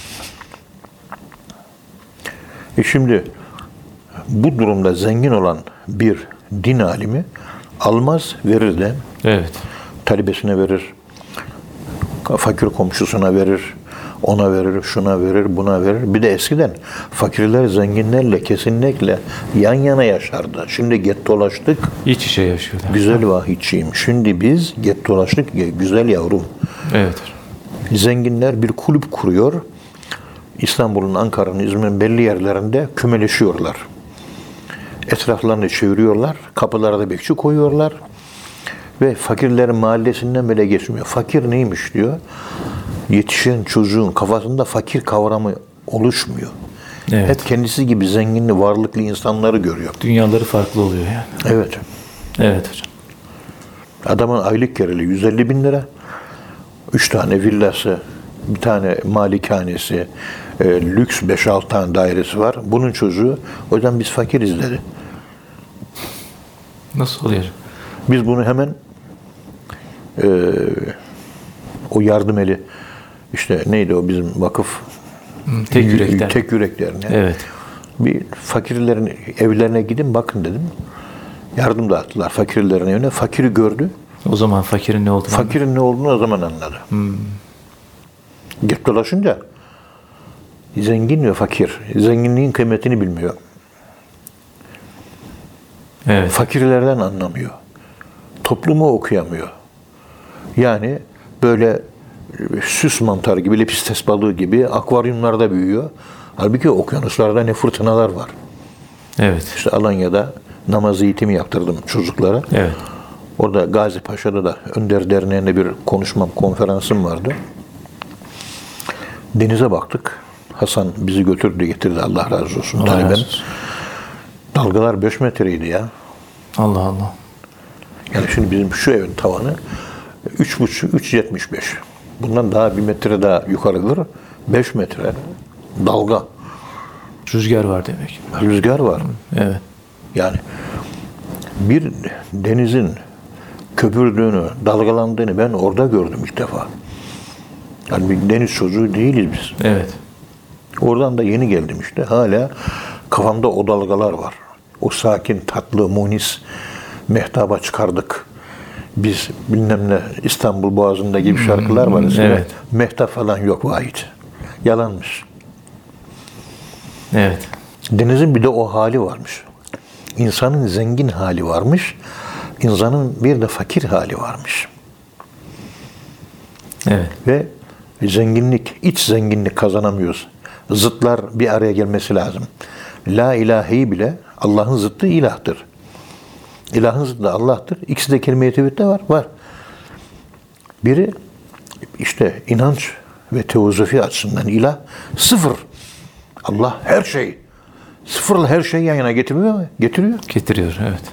Speaker 2: E şimdi bu durumda zengin olan bir din alimi almaz, verir de
Speaker 1: Evet.
Speaker 2: talebesine verir, fakir komşusuna verir, ona verir, şuna verir, buna verir. Bir de eskiden fakirler zenginlerle kesinlikle yan yana yaşardı. Şimdi gettolaştık,
Speaker 1: İç içe yaşıyorlar.
Speaker 2: güzel vahiyçiyim. Şimdi biz gettolaştık, güzel yavrum.
Speaker 1: Evet.
Speaker 2: Zenginler bir kulüp kuruyor. İstanbul'un, Ankara'nın, İzmir'in belli yerlerinde kümeleşiyorlar. Etraflarını çeviriyorlar. Kapılara da bekçi koyuyorlar. Ve fakirlerin mahallesinden bile geçmiyor. Fakir neymiş diyor. Yetişen çocuğun kafasında fakir kavramı oluşmuyor.
Speaker 1: Evet.
Speaker 2: Hep kendisi gibi zenginli, varlıklı insanları görüyor.
Speaker 1: Dünyaları farklı oluyor yani.
Speaker 2: Evet.
Speaker 1: Evet hocam.
Speaker 2: Adamın aylık geliri yüz elli bin lira. Üç tane villası, bir tane malikanesi, e, lüks beş altı tane dairesi var. Bunun çocuğu, hocam biz fakiriz dedi.
Speaker 1: Nasıl oluyor?
Speaker 2: Biz bunu hemen e, o yardım eli, işte neydi o bizim vakıf?
Speaker 1: Tek yürekten.
Speaker 2: Tek yüreklerine.
Speaker 1: Evet.
Speaker 2: Bir fakirlerin evlerine gidin bakın dedim. Yardım dağıttılar fakirlerin evine. Fakiri gördü.
Speaker 1: O zaman fakirin ne olduğunu
Speaker 2: Fakirin ne olduğunu o zaman anladı. Hmm. Git dolaşınca zengin ve fakir. Zenginliğin kıymetini bilmiyor.
Speaker 1: Evet.
Speaker 2: Fakirlerden anlamıyor. Toplumu okuyamıyor. Yani böyle süs mantarı gibi, lepistes balığı gibi akvaryumlarda büyüyor. Halbuki okyanuslarda ne fırtınalar var.
Speaker 1: Evet.
Speaker 2: İşte Alanya'da namaz eğitimi yaptırdım çocuklara.
Speaker 1: Evet.
Speaker 2: Orada Gazi Paşa'da da Önder Derneği'nde bir konuşmam, konferansım vardı. Denize baktık. Hasan bizi götürdü, getirdi. Allah razı olsun.
Speaker 1: Allah
Speaker 2: Tabii
Speaker 1: razı
Speaker 2: ben,
Speaker 1: olsun.
Speaker 2: dalgalar beş metreydi ya.
Speaker 1: Allah Allah.
Speaker 2: Yani şimdi bizim şu evin tavanı üç buçuk, üç yetmiş beş. Bundan daha bir metre daha yukarıdır. beş metre dalga.
Speaker 1: Rüzgar var demek.
Speaker 2: Rüzgar var.
Speaker 1: Evet.
Speaker 2: Yani bir denizin köpürdüğünü, dalgalandığını ben orada gördüm ilk defa. Yani bir deniz çocuğu değiliz biz.
Speaker 1: Evet.
Speaker 2: Oradan da yeni geldim işte. Hala kafamda o dalgalar var. O sakin, tatlı, munis mehtaba çıkardık. Biz bilmem ne İstanbul Boğazı'nda gibi şarkılar var. Mesela.
Speaker 1: Evet.
Speaker 2: Mehtap falan yok vahit. Yalanmış.
Speaker 1: Evet.
Speaker 2: Denizin bir de o hali varmış. İnsanın zengin hali varmış. İnsanın bir de fakir hali varmış.
Speaker 1: Evet.
Speaker 2: Ve zenginlik, iç zenginlik kazanamıyoruz. Zıtlar bir araya gelmesi lazım. La ilahi bile Allah'ın zıttı ilahtır. İlahın zıttı Allah'tır. İkisi de kelime-i tevhidde var. Var. Biri işte inanç ve teozofi açısından ilah sıfır. Allah her şey. Sıfırla her şeyi yan yana getiriyor mu? Getiriyor.
Speaker 1: Getiriyor. Evet.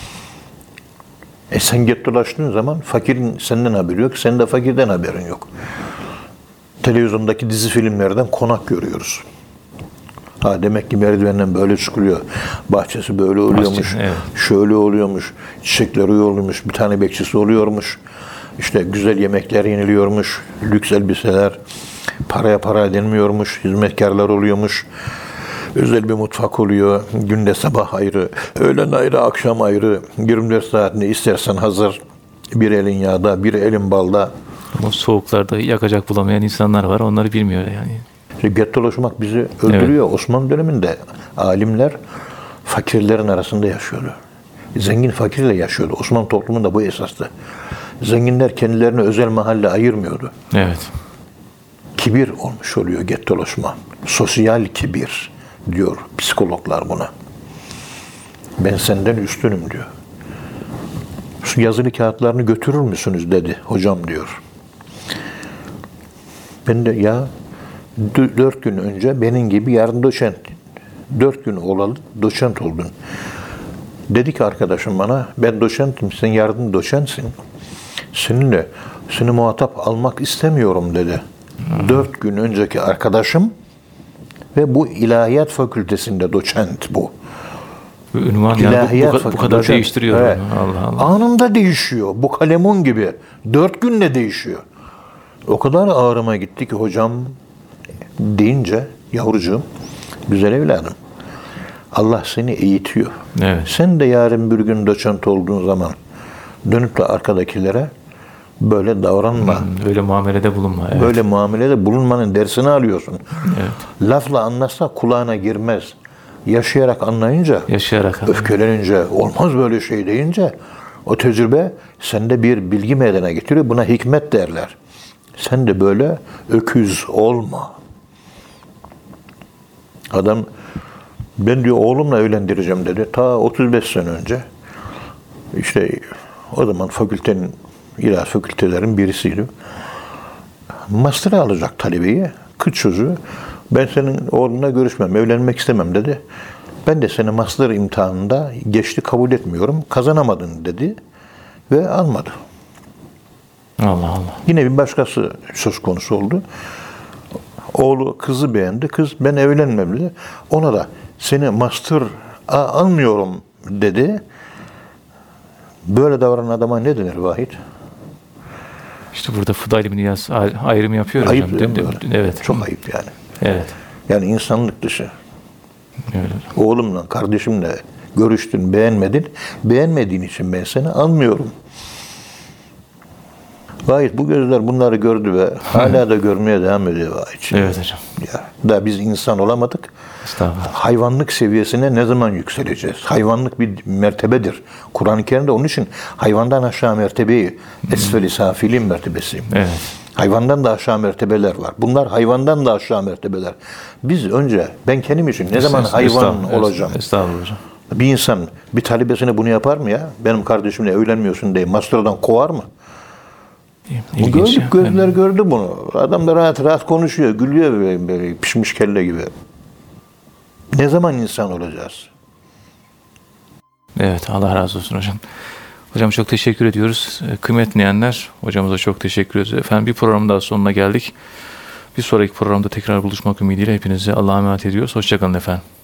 Speaker 2: E sen get dolaştığın zaman fakirin senden haberi yok, senin de fakirden haberin yok. Televizyondaki dizi filmlerden konak görüyoruz. Ha demek ki merdivenden böyle çıkılıyor. Bahçesi böyle oluyormuş.
Speaker 1: Bahçesi, evet.
Speaker 2: Şöyle oluyormuş. Çiçekleri oluyormuş. Bir tane bekçisi oluyormuş. İşte güzel yemekler yeniliyormuş. Lüks elbiseler. Paraya para denmiyormuş. Hizmetkarlar oluyormuş. Özel bir mutfak oluyor. Günde sabah ayrı, öğlen ayrı, akşam ayrı. yirmi dört saat ne istersen hazır. Bir elin yağda, bir elin balda.
Speaker 1: Ama soğuklarda yakacak bulamayan insanlar var. Onları bilmiyor yani.
Speaker 2: İşte get dolaşmak bizi öldürüyor. Evet. Osmanlı döneminde alimler fakirlerin arasında yaşıyordu. Zengin fakirle yaşıyordu. Osmanlı toplumunda bu esastı. Zenginler kendilerine özel mahalle ayırmıyordu.
Speaker 1: Evet.
Speaker 2: Kibir olmuş oluyor get dolaşma. Sosyal kibir diyor psikologlar buna. Ben senden üstünüm diyor. Şu yazılı kağıtlarını götürür müsünüz dedi hocam diyor. Ben de ya dört gün önce benim gibi yarın doçent. Dört gün olalı doçent oldun. Dedi ki arkadaşım bana ben doçentim sen yarın doçentsin. Seninle seni muhatap almak istemiyorum dedi. Hmm. Dört gün önceki arkadaşım ve bu ilahiyat fakültesinde doçent bu.
Speaker 1: Ünvan yani bu, bu, bu kadar doçent. Değiştiriyor. Evet. Allah Allah.
Speaker 2: Anında değişiyor. Bu kalemun gibi. Dört günle değişiyor. O kadar ağrıma gitti ki hocam deyince yavrucuğum, güzel evladım Allah seni eğitiyor.
Speaker 1: Evet.
Speaker 2: Sen de yarın bir gün doçent olduğun zaman dönüp de arkadakilere böyle davranma.
Speaker 1: Hmm, öyle muamelede bulunma. Evet.
Speaker 2: Böyle muamelede bulunmanın dersini alıyorsun.
Speaker 1: Evet.
Speaker 2: Lafla anlatsa kulağına girmez. Yaşayarak anlayınca,
Speaker 1: Yaşayarak
Speaker 2: öfkelenince, olmaz böyle şey deyince o tecrübe sende bir bilgi meydana getiriyor. Buna hikmet derler. Sen de böyle öküz olma. Adam ben diyor oğlumla evlendireceğim dedi. Ta otuz beş sene önce. İşte o zaman fakültenin, ilahi fakültelerin birisiydi. Master'a alacak talebeyi. Kız çocuğu. Ben senin oğlunla görüşmem, evlenmek istemem dedi. Ben de seni master imtihanında geçti kabul etmiyorum. Kazanamadın dedi. Ve almadı.
Speaker 1: Allah Allah.
Speaker 2: Yine bir başkası söz konusu oldu. Oğlu kızı beğendi. Kız ben evlenmem dedi. Ona da seni master'a almıyorum dedi. Böyle davranan adama ne denir Vahit?
Speaker 1: İşte burada Fudayl bin İyaz ayrım yapıyor
Speaker 2: ayıp
Speaker 1: hocam.
Speaker 2: Değil mi?
Speaker 1: Evet.
Speaker 2: Çok ayıp yani.
Speaker 1: Evet.
Speaker 2: Yani insanlık dışı.
Speaker 1: Evet.
Speaker 2: Oğlumla, kardeşimle görüştün, beğenmedin. Beğenmediğin için ben seni almıyorum. Vahit bu gözler bunları gördü ve hala da görmeye devam ediyor Vahit.
Speaker 1: Evet hocam.
Speaker 2: Ya, da biz insan olamadık.
Speaker 1: Estağfurullah.
Speaker 2: Hayvanlık seviyesine ne zaman yükseleceğiz? Hayvanlık bir mertebedir. Kur'an-ı Kerim'de onun için hayvandan aşağı mertebeyi, esfel-i safilin mertebesi.
Speaker 1: Evet.
Speaker 2: Hayvandan da aşağı mertebeler var. Bunlar hayvandan da aşağı mertebeler. Biz önce ben kendim için ne zaman hayvan olacağım?
Speaker 1: Estağfurullah hocam.
Speaker 2: Bir insan bir talebesine bunu yapar mı ya? Benim kardeşimle evlenmiyorsun diye master'dan kovar mı? Bu
Speaker 1: İlginç.
Speaker 2: gördük, gözler
Speaker 1: Yani,
Speaker 2: gördü bunu. Adam da rahat rahat konuşuyor, gülüyor böyle, böyle pişmiş kelle gibi. Ne zaman insan olacağız?
Speaker 1: evet, Allah razı olsun hocam. Hocam çok teşekkür ediyoruz. Ee, Kıymetli dinleyenler, hocamıza çok teşekkür ediyoruz. Efendim bir programın daha sonuna geldik. Bir sonraki programda tekrar buluşmak ümidiyle hepinizi Allah'a emanet ediyoruz. Hoşçakalın efendim.